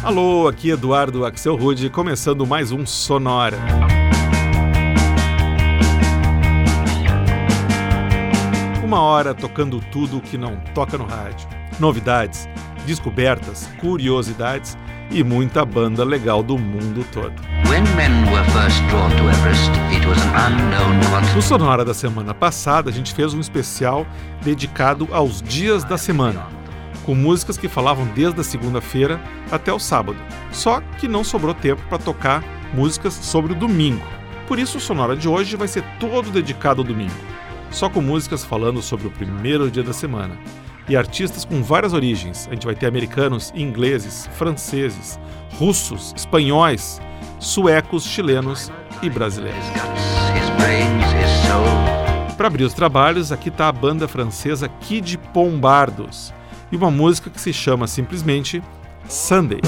Alô, aqui Eduardo Axel Rude, começando mais um Sonora. Uma hora tocando tudo o que não toca no rádio. Novidades, descobertas, curiosidades e muita banda legal do mundo todo. No Sonora da semana passada, a gente fez um especial dedicado aos dias da semana, com músicas que falavam desde a segunda-feira até o sábado. Só que não sobrou tempo para tocar músicas sobre o domingo. Por isso o Sonora de hoje vai ser todo dedicado ao domingo, só com músicas falando sobre o primeiro dia da semana. E artistas com várias origens. A gente vai ter americanos, ingleses, franceses, russos, espanhóis, suecos, chilenos e brasileiros. Para abrir os trabalhos, aqui está a banda francesa Kid Pombardos e uma música que se chama simplesmente Sunday.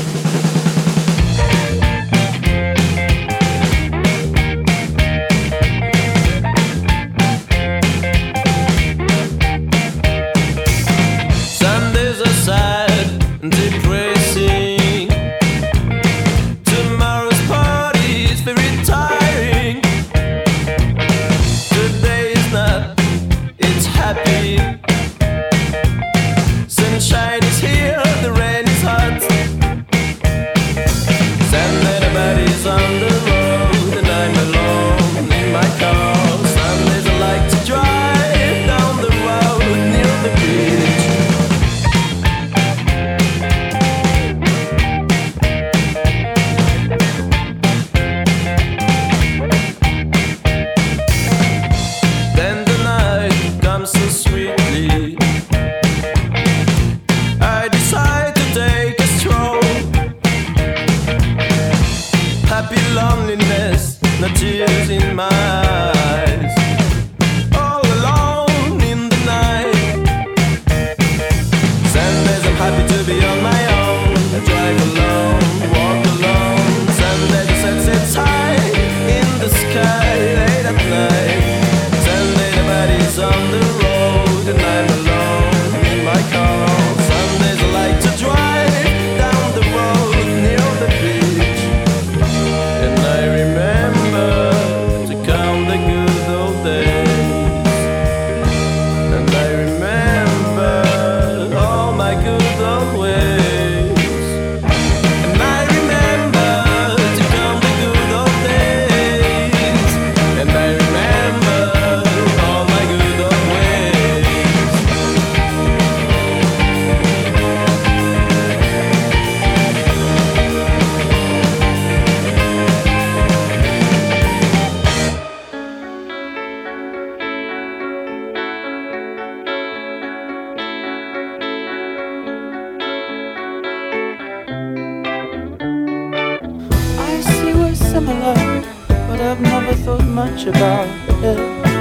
About it,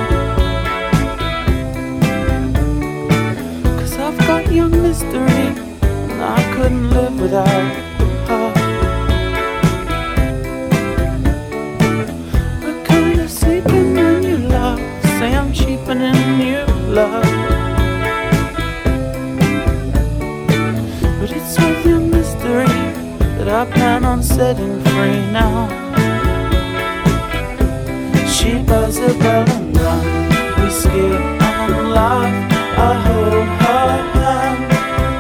'cause I've got your mystery and I couldn't live without her. We're kind of sleeping when you love, say I'm cheapening you love, but it's with your mystery that I plan on setting free now. She buys a bell and run, we skip and laugh, I hold her hand.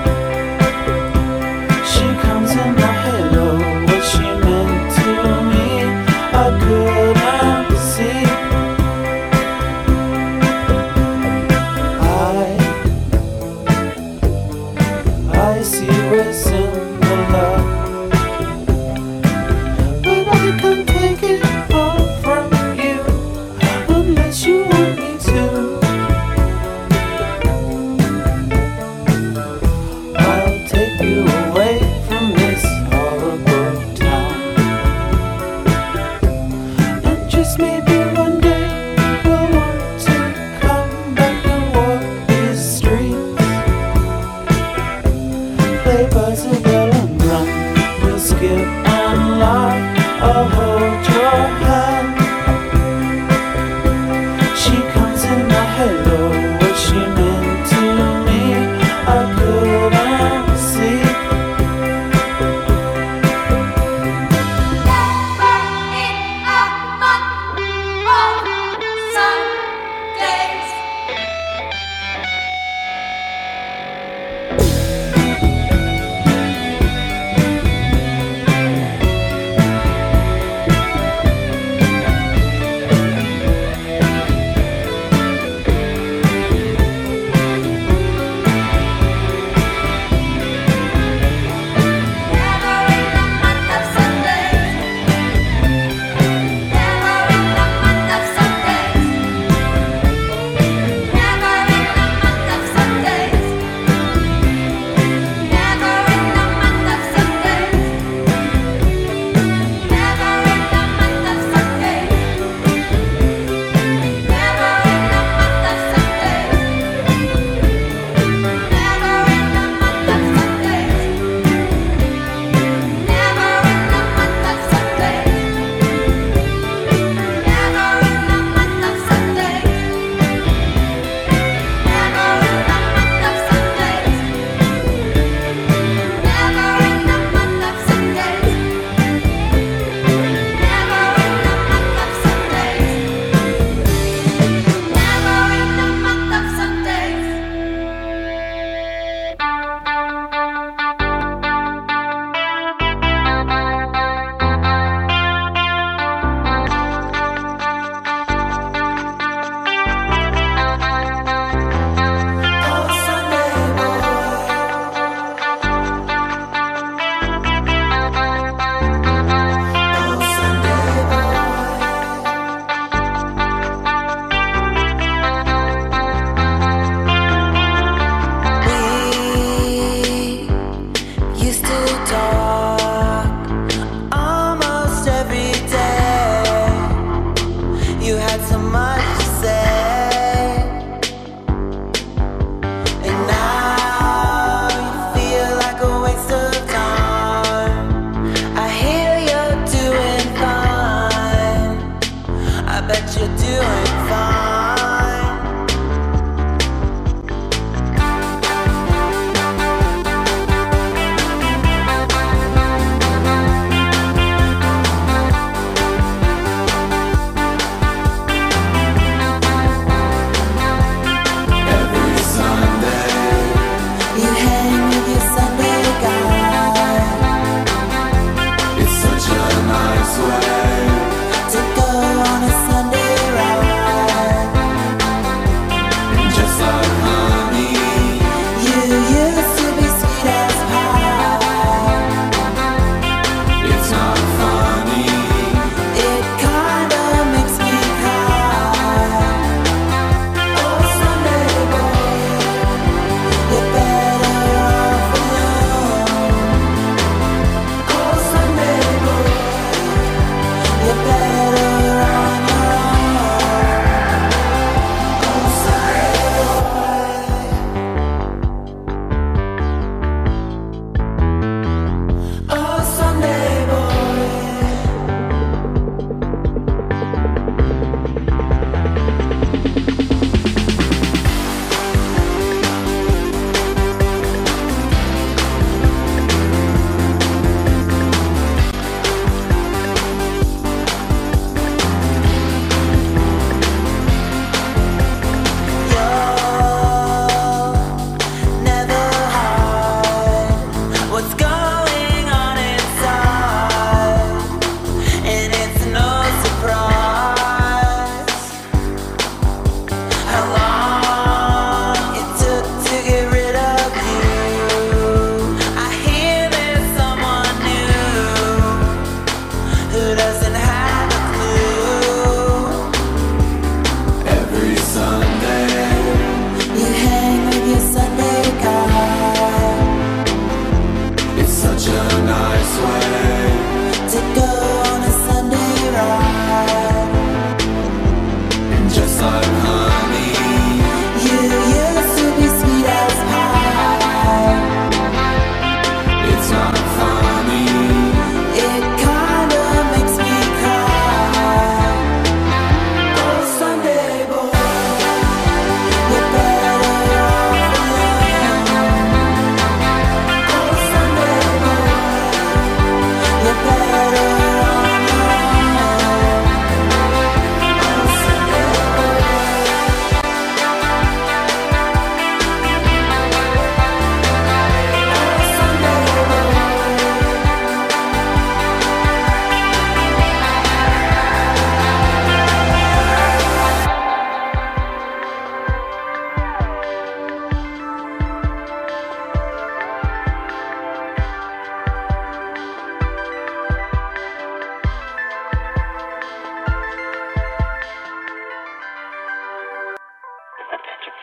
She comes in a halo, what she meant to me, I couldn't see. I see we're similar, but I can't take it all from unless you want me to.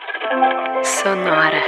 Sonora.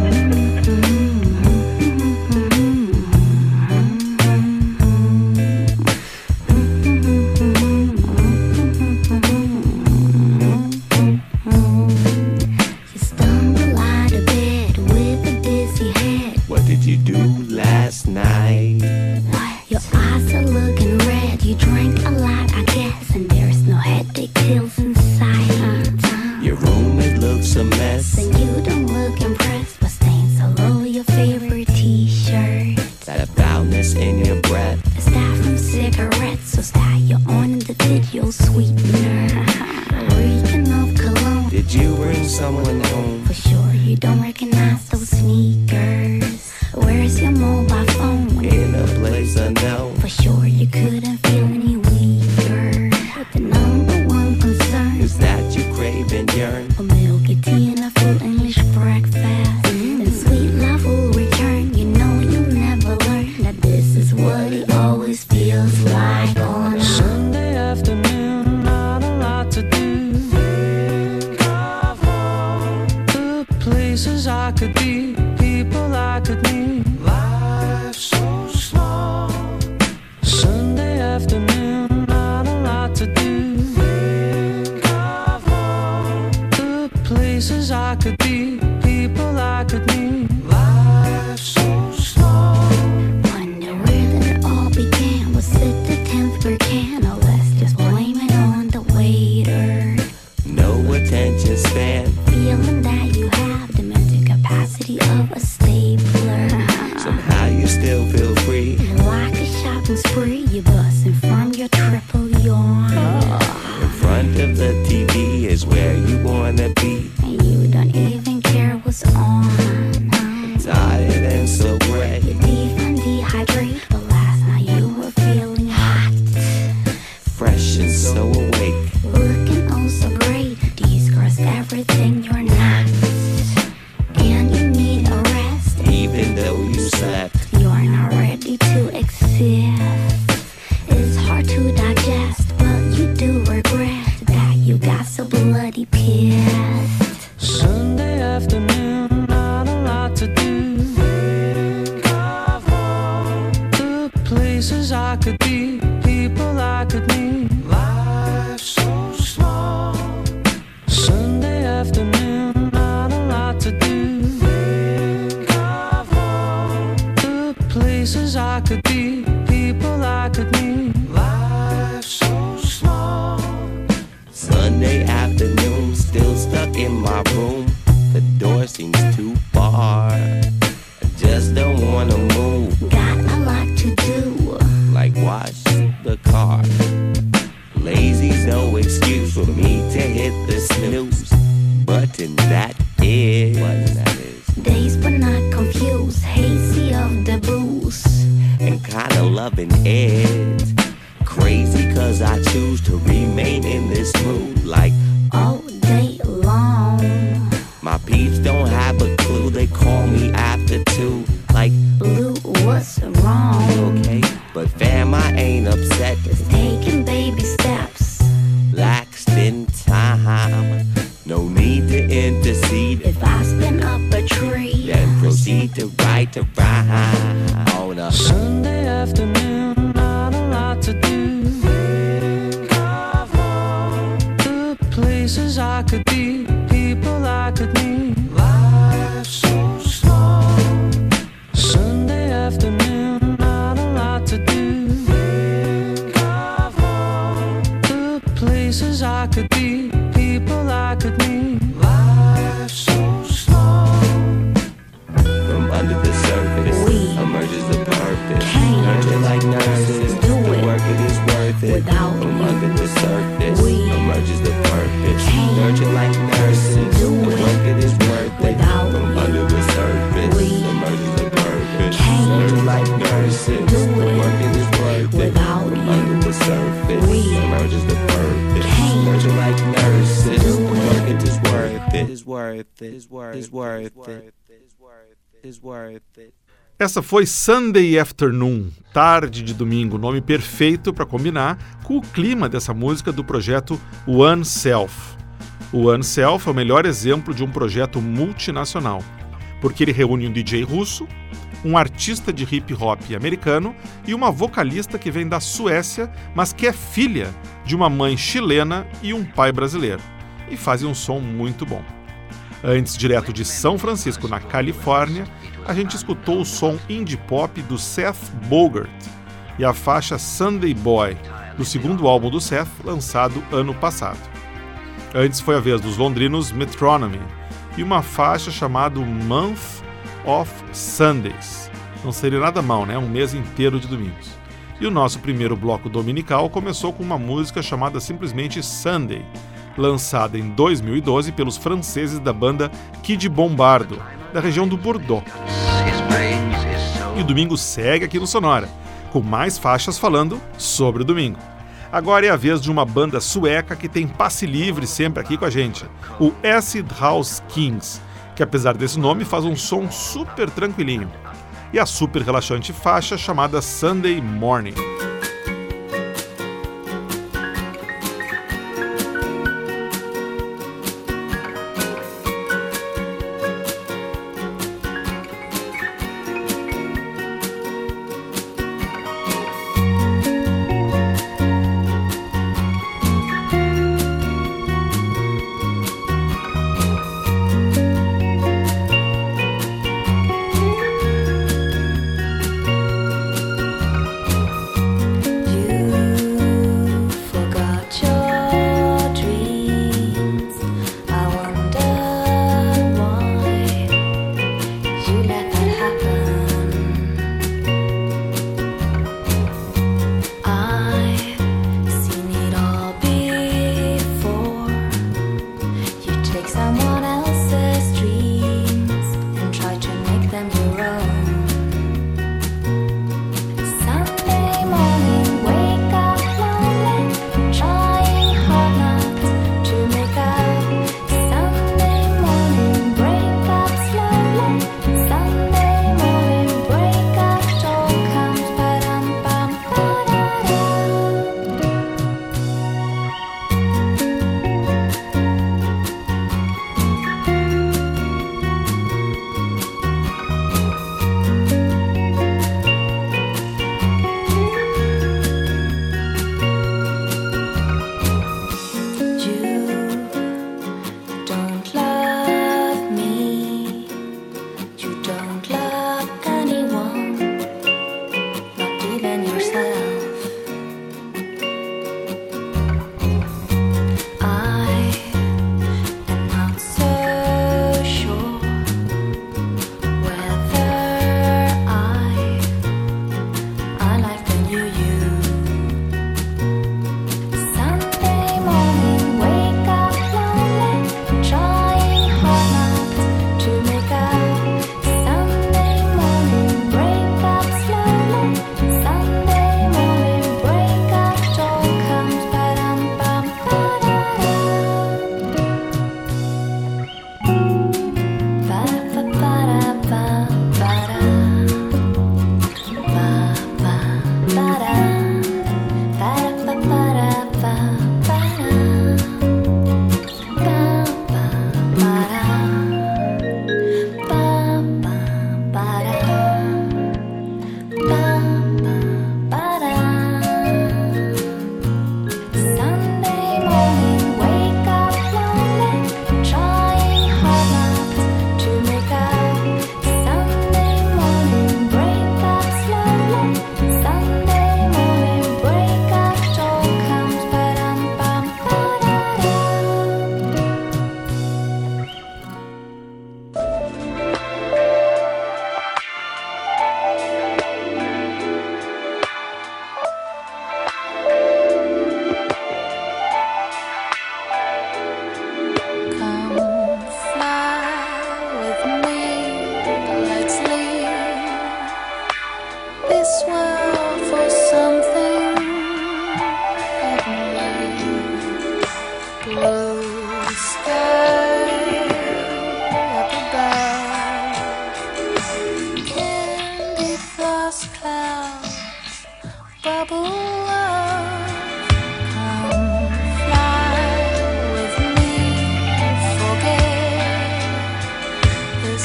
Essa foi Sunday Afternoon, tarde de domingo, nome perfeito para combinar com o clima dessa música do projeto One Self. O Unself é o melhor exemplo de um projeto multinacional, porque ele reúne um DJ russo, um artista de hip hop americano e uma vocalista que vem da Suécia, mas que é filha de uma mãe chilena e um pai brasileiro, e fazem um som muito bom. Antes, direto de São Francisco, na Califórnia, a gente escutou o som indie pop do Seth Bogart e a faixa Sunday Boy, do segundo álbum do Seth, lançado ano passado. Antes foi a vez dos londrinos Metronomy e uma faixa chamada Month of Sundays. Não seria nada mal, né? Um mês inteiro de domingos. E o nosso primeiro bloco dominical começou com uma música chamada simplesmente Sunday, lançada em 2012 pelos franceses da banda Kid Bombardo, da região do Bordeaux. E o domingo segue aqui no Sonora, com mais faixas falando sobre o domingo. Agora é a vez de uma banda sueca que tem passe livre sempre aqui com a gente, o Acid House Kings, que apesar desse nome faz um som super tranquilinho. E a super relaxante faixa chamada Sunday Morning.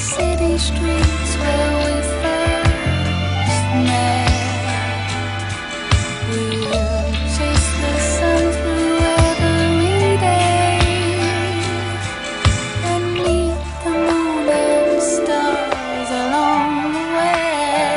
city streets where we first met. We'll chase the sun through every day and meet the moon and stars along the way.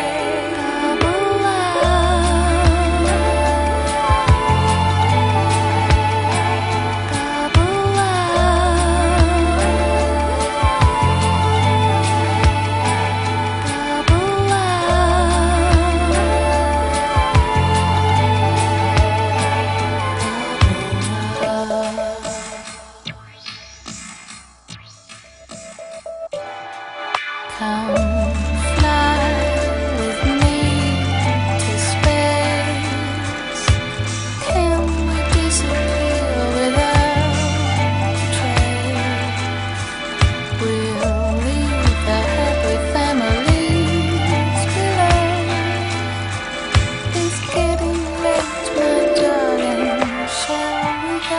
Come fly with me to space. Can we disappear without trace? We'll leave the happy families below. It's getting late, my darling. Shall we go?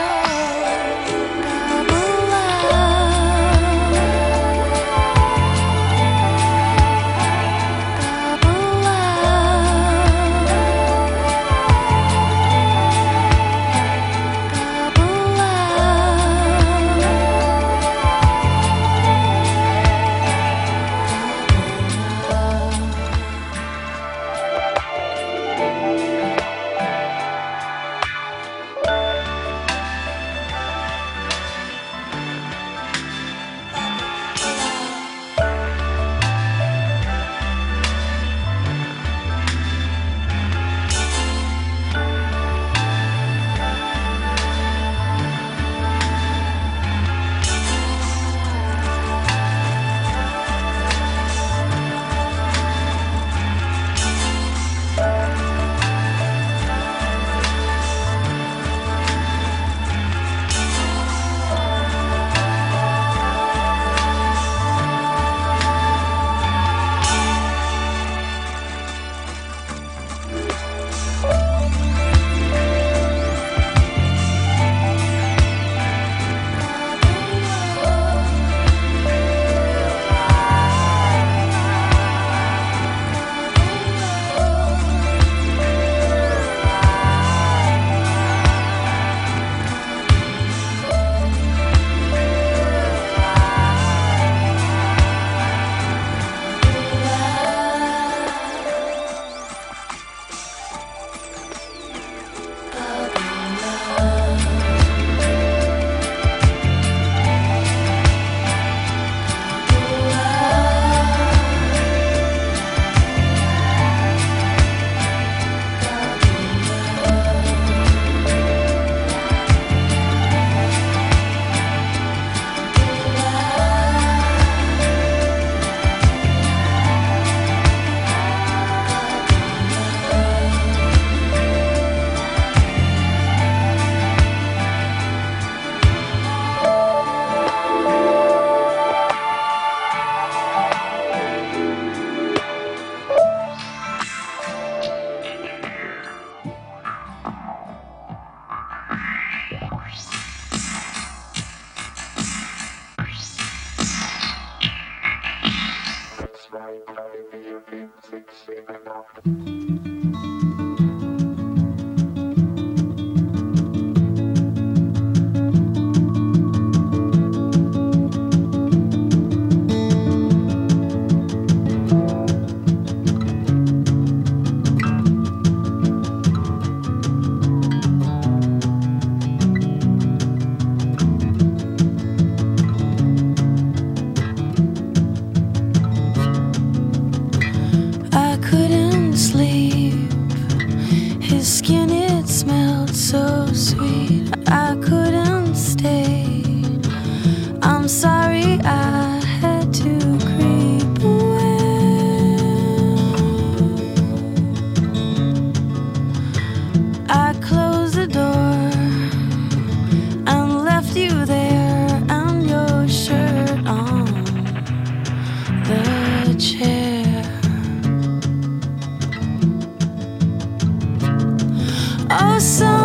Oh,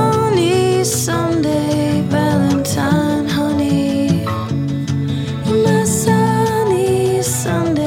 sunny Sunday, Valentine, honey. My sunny Sunday.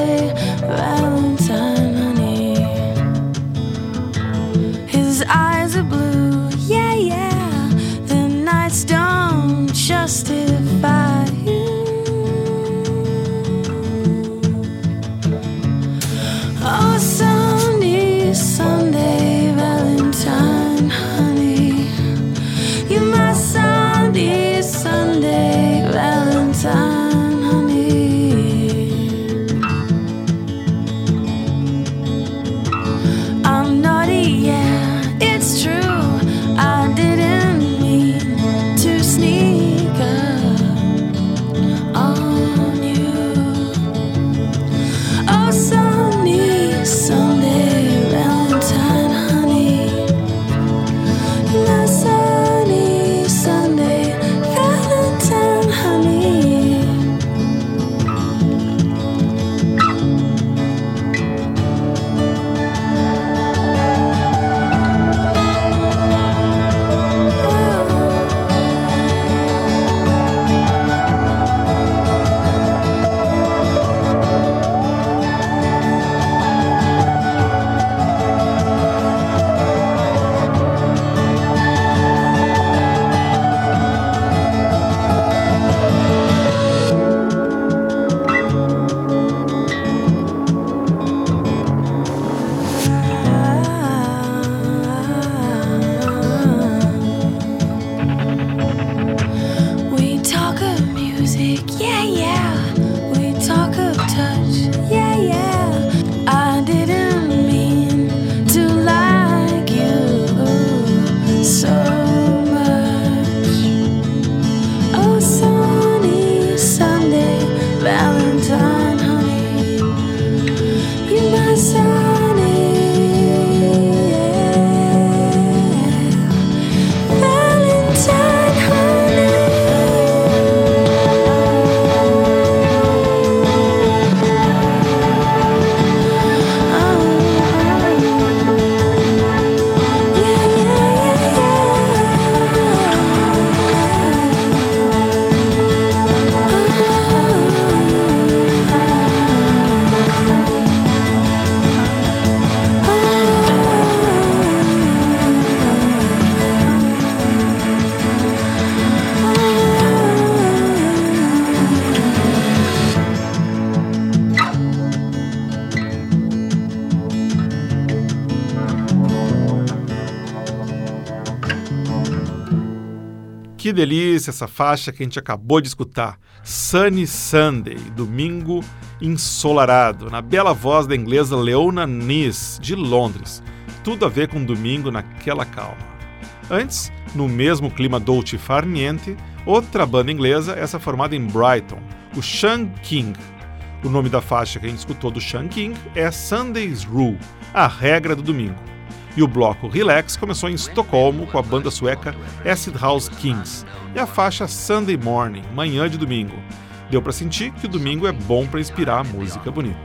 Que delícia essa faixa que a gente acabou de escutar. Sunny Sunday, domingo ensolarado, na bela voz da inglesa Leona Nice, de Londres. Tudo a ver com domingo naquela calma. Antes, no mesmo clima dolce far niente, outra banda inglesa, essa formada em Brighton, o Sean King. O nome da faixa que a gente escutou do Sean King é Sunday's Rule, a regra do domingo. E o bloco Relax começou em Estocolmo com a banda sueca Acid House Kings e a faixa Sunday Morning, manhã de domingo. Deu para sentir que o domingo é bom para inspirar música bonita.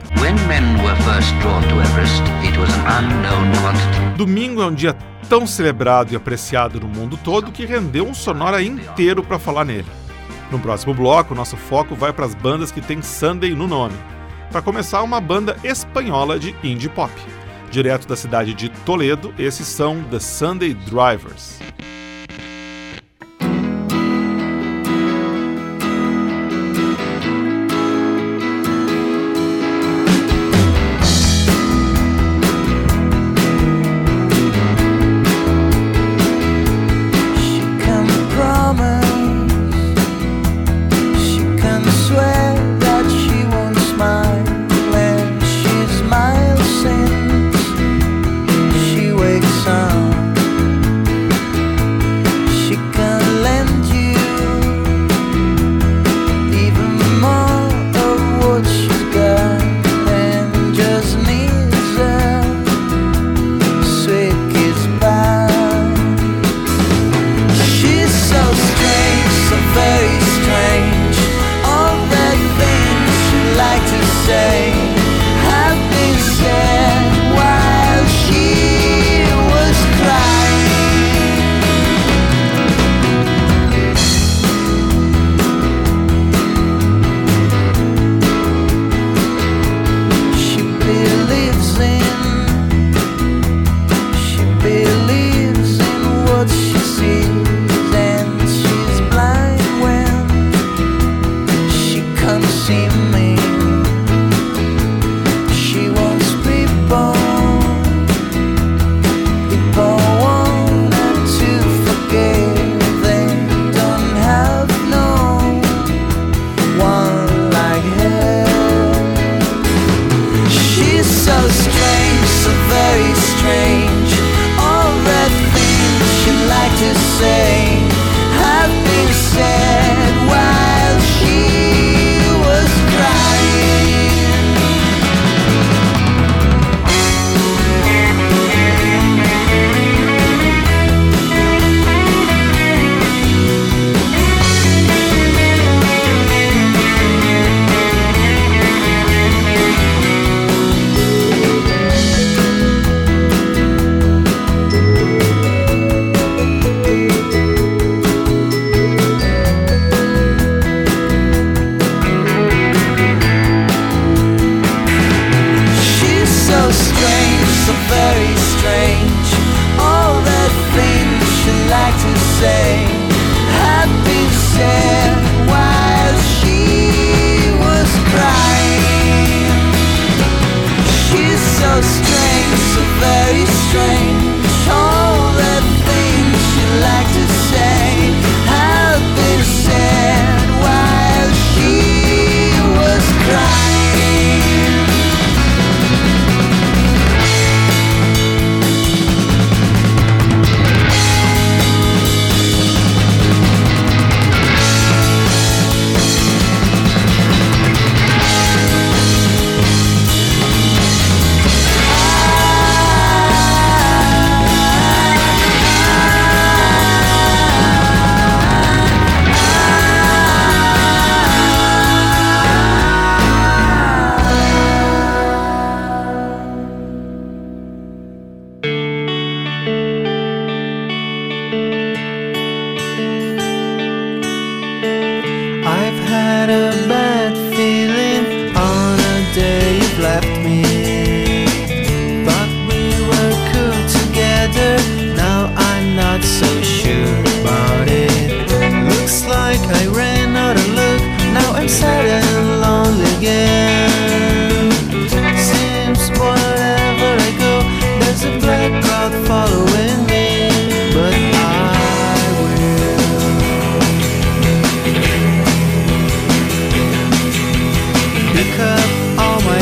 Domingo é um dia tão celebrado e apreciado no mundo todo que rendeu um Sonora inteiro para falar nele. No próximo bloco, nosso foco vai para as bandas que têm Sunday no nome. Para começar, uma banda espanhola de indie pop. Direto da cidade de Toledo, esses são The Sunday Drivers. She wakes up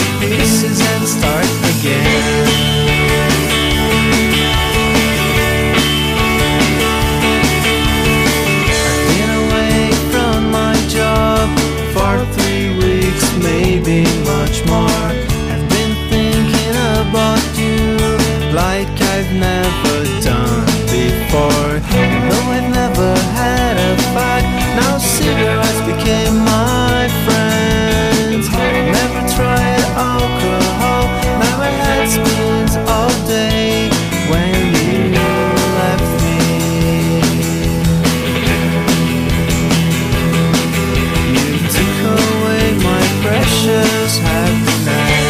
pieces and start again. I've been away from my job for 3 weeks, maybe much more. I've been thinking about you like I've never done before. Though I've never had a fight, now cigarettes became my friends. Never tried alcohol, now my head spins all day when you left me. You took away my precious happiness.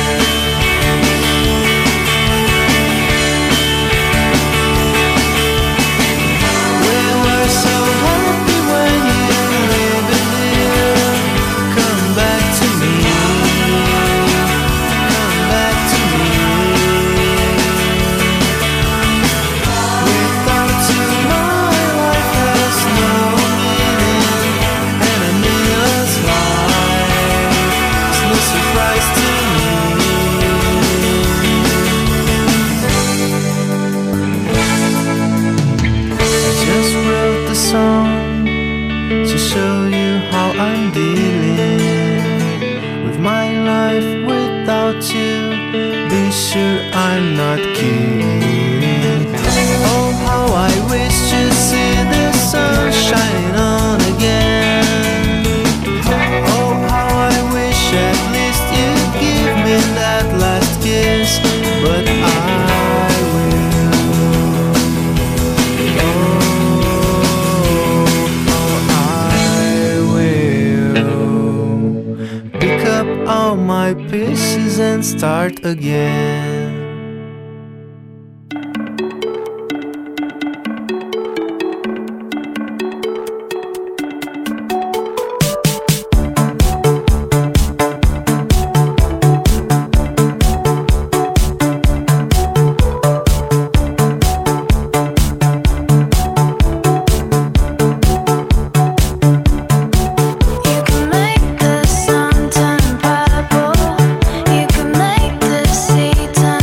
To show you how I'm dealing with my life without you. Be sure I'm not kidding. Oh, how I wish to see the sun shine on again. Oh, how I wish at least you'd give me that last kiss. But I will. All my pieces and start again. You can make the sun turn purple. You can make the sea turn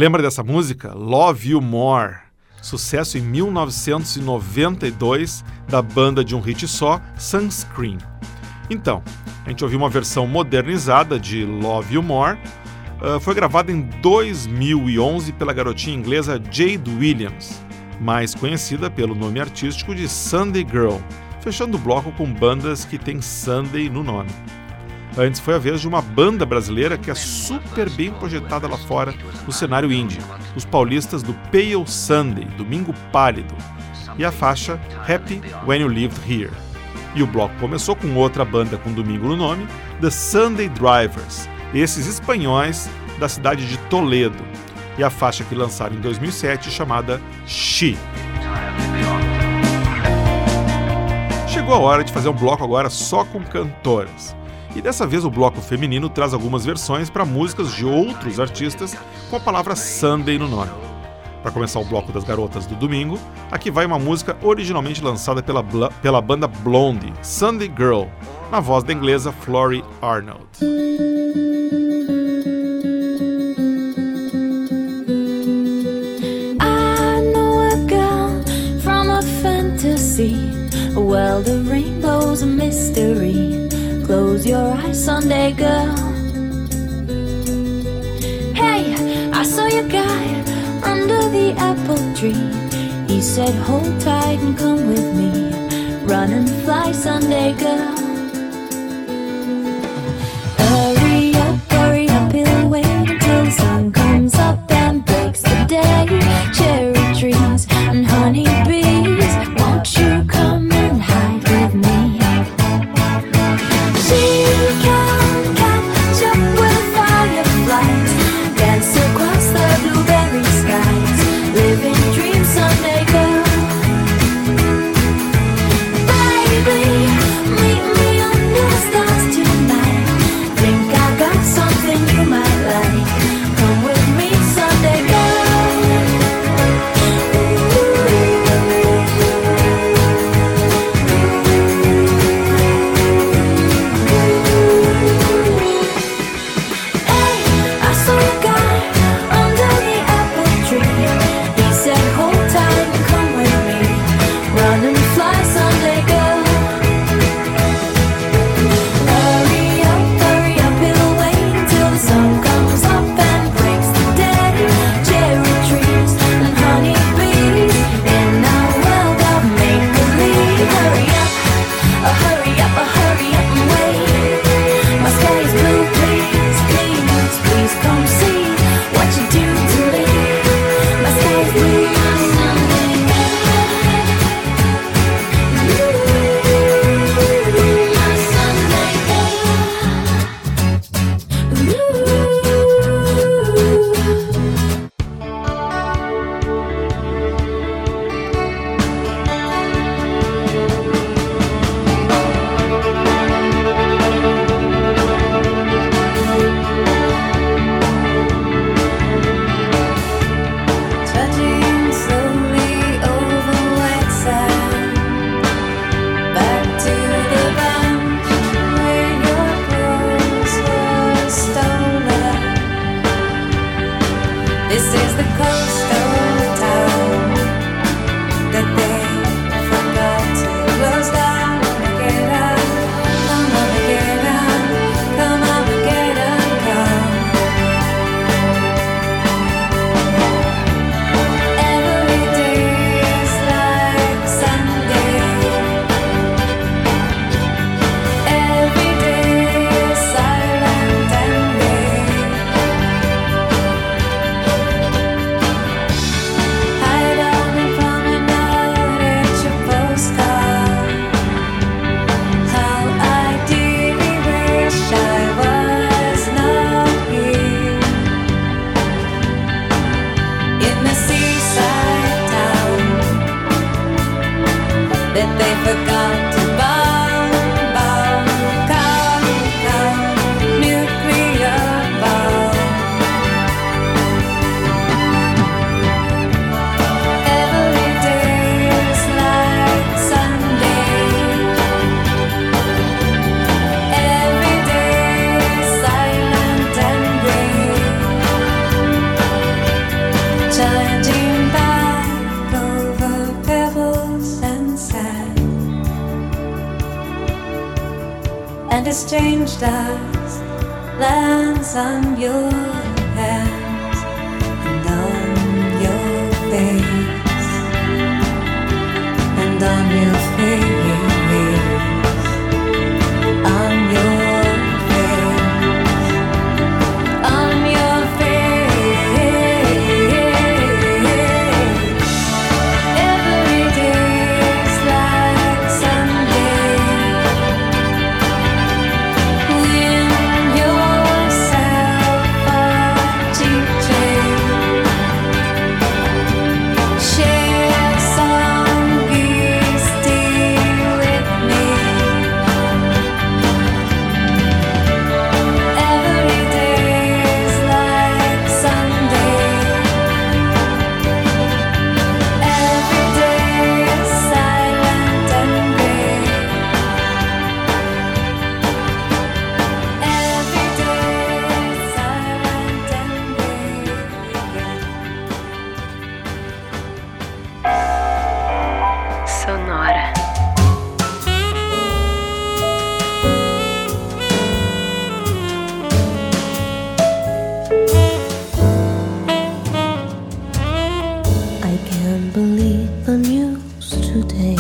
Lembra dessa música? Love You More, sucesso em 1992 da banda de um hit só, Sunscreen. Então, a gente ouviu uma versão modernizada de Love You More, foi gravada em 2011 pela garotinha inglesa Jade Williams, mais conhecida pelo nome artístico de Sunday Girl, fechando o bloco com bandas que têm Sunday no nome. Antes foi a vez de uma banda brasileira que é super bem projetada lá fora no cenário indie, os paulistas do Pale Sunday, Domingo Pálido, e a faixa Happy When You Lived Here. E o bloco começou com outra banda com domingo no nome, The Sunday Drivers, esses espanhóis da cidade de Toledo, e a faixa que lançaram em 2007 chamada She. Chegou a hora de fazer um bloco agora só com cantoras. E dessa vez o bloco feminino traz algumas versões para músicas de outros artistas com a palavra Sunday no nome. Para começar o bloco das garotas do domingo, aqui vai uma música originalmente lançada pela banda Blondie, Sunday Girl, na voz da inglesa Florrie Arnold. I know a girl from a fantasy, a world of rainbows and mystery. Close your eyes, Sunday girl. Hey, I saw your guy under the apple tree. He said, hold tight and come with me. Run and fly, Sunday girl. Hurry up, he'll wait until the sun comes up and breaks the day. Cherry trees and honey bees, won't you come and hide with me? and it's changed us. Lands on your hands and on your face, and on your face, on your face, on your face. Every day's like Sunday. Win yourself a DJ. Share some peace tea with me. Every day's like Sunday. Every day is silent and gray. Every day is silent and gray. Sonora. I can't believe the news today.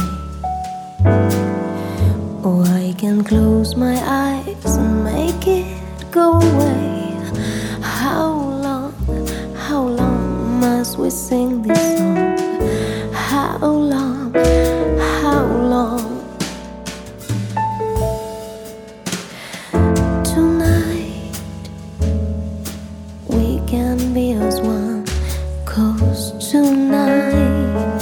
Oh, I can close my eyes and make it go away. How long must we sing this song? How long, how long? Tonight we can be as one, 'cause tonight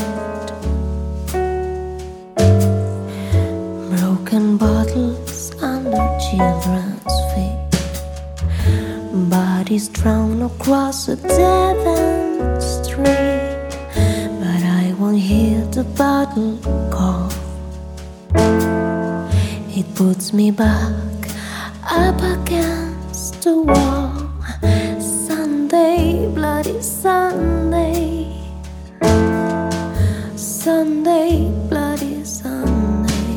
broken bottles under children's feet, bodies thrown across a dead end street. But I won't hear the bottle call. It puts me back up against the wall. Sunday, bloody Sunday. Sunday, bloody Sunday.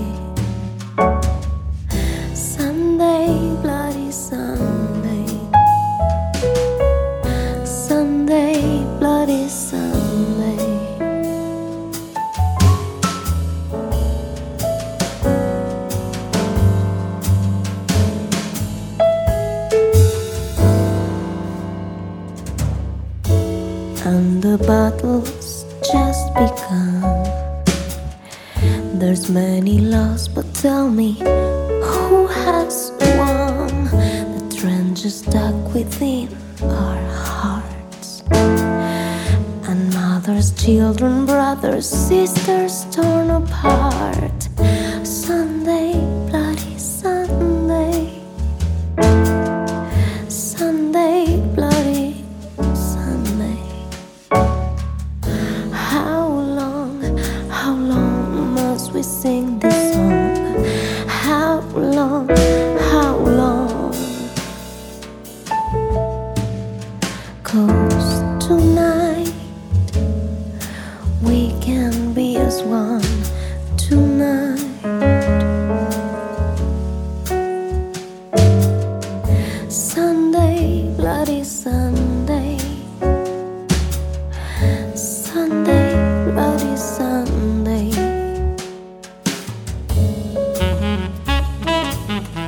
Sunday, bloody Sunday. Sunday, bloody Sunday. And the battle's just begun. There's many lost, but tell me who has won? The trenches dug within our hearts, and mothers, children, brothers, sisters torn apart. Sunday, bloody Sunday. Sunday, bloody Sunday. How long must we sing this song? How long, how long? 'Cause tonight we can be as one. Tonight Sunday, bloody Sunday. Sunday, bloody Sunday.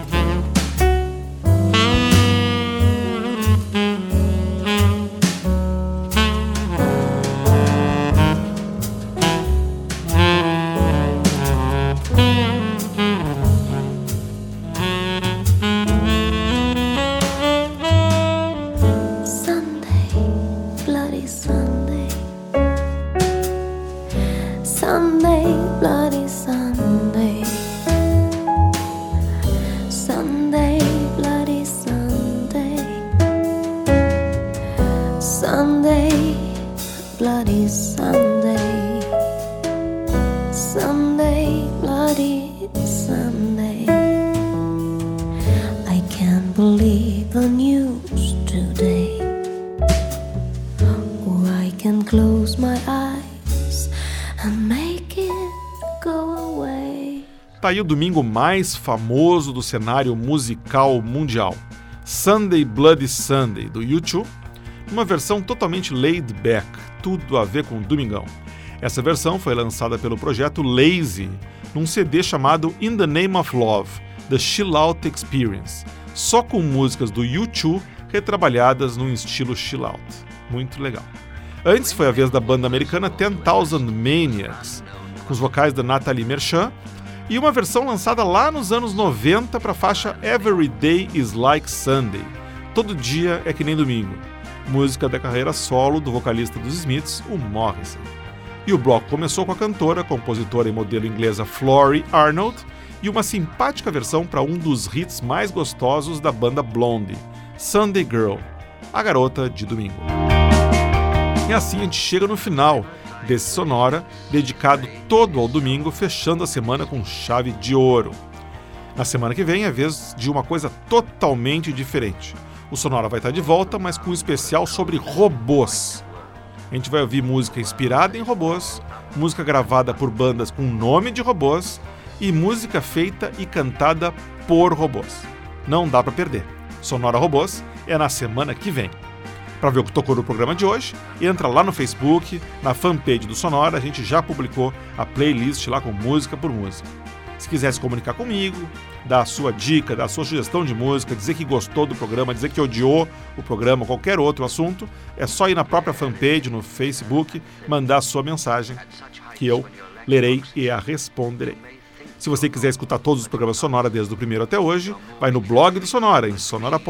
Tá aí o domingo mais famoso do cenário musical mundial, Sunday Bloody Sunday, do U2, uma versão totalmente laid back, tudo a ver com Domingão. Essa versão foi lançada pelo projeto Lazy, num CD chamado In the Name of Love, The Chill Out Experience, só com músicas do U2 retrabalhadas num estilo chill out. Muito legal. Antes foi a vez da banda americana 10,000 Maniacs, com os vocais da Nathalie Merchant, e uma versão lançada lá nos anos 90 para a faixa Every Day is Like Sunday, Todo Dia é que nem Domingo, música da carreira solo do vocalista dos Smiths, o Morrison. E o bloco começou com a cantora, compositora e modelo inglesa Florrie Arnold, e uma simpática versão para um dos hits mais gostosos da banda Blondie, Sunday Girl, a garota de domingo. E assim a gente chega no final desse Sonora, dedicado todo ao domingo, fechando a semana com chave de ouro. Na semana que vem é vez de uma coisa totalmente diferente. O Sonora vai estar de volta, mas com um especial sobre robôs. A gente vai ouvir música inspirada em robôs, música gravada por bandas com nome de robôs e música feita e cantada por robôs. Não dá para perder. Sonora Robôs é na semana que vem. Para ver o que tocou no programa de hoje, entra lá no Facebook, na fanpage do Sonora, a gente já publicou a playlist lá com música por música. Se quiser se comunicar comigo, dar a sua dica, dar a sua sugestão de música, dizer que gostou do programa, dizer que odiou o programa, qualquer outro assunto, é só ir na própria fanpage, no Facebook, mandar a sua mensagem, que eu lerei e a responderei. Se você quiser escutar todos os programas Sonora desde o primeiro até hoje, vai no blog do Sonora, em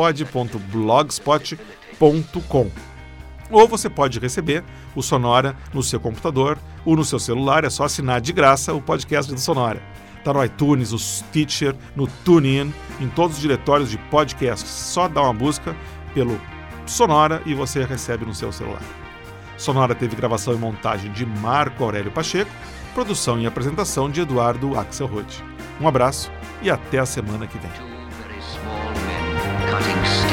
sonorapod.blogspot.com. Ou você pode receber o Sonora no seu computador ou no seu celular, é só assinar de graça o podcast do Sonora. Está no iTunes, no Stitcher, no TuneIn, em todos os diretórios de podcasts. Só dá uma busca pelo Sonora e você recebe no seu celular. Sonora teve gravação e montagem de Marco Aurélio Pacheco, produção e apresentação de Eduardo Axelrod. Um abraço e até a semana que vem.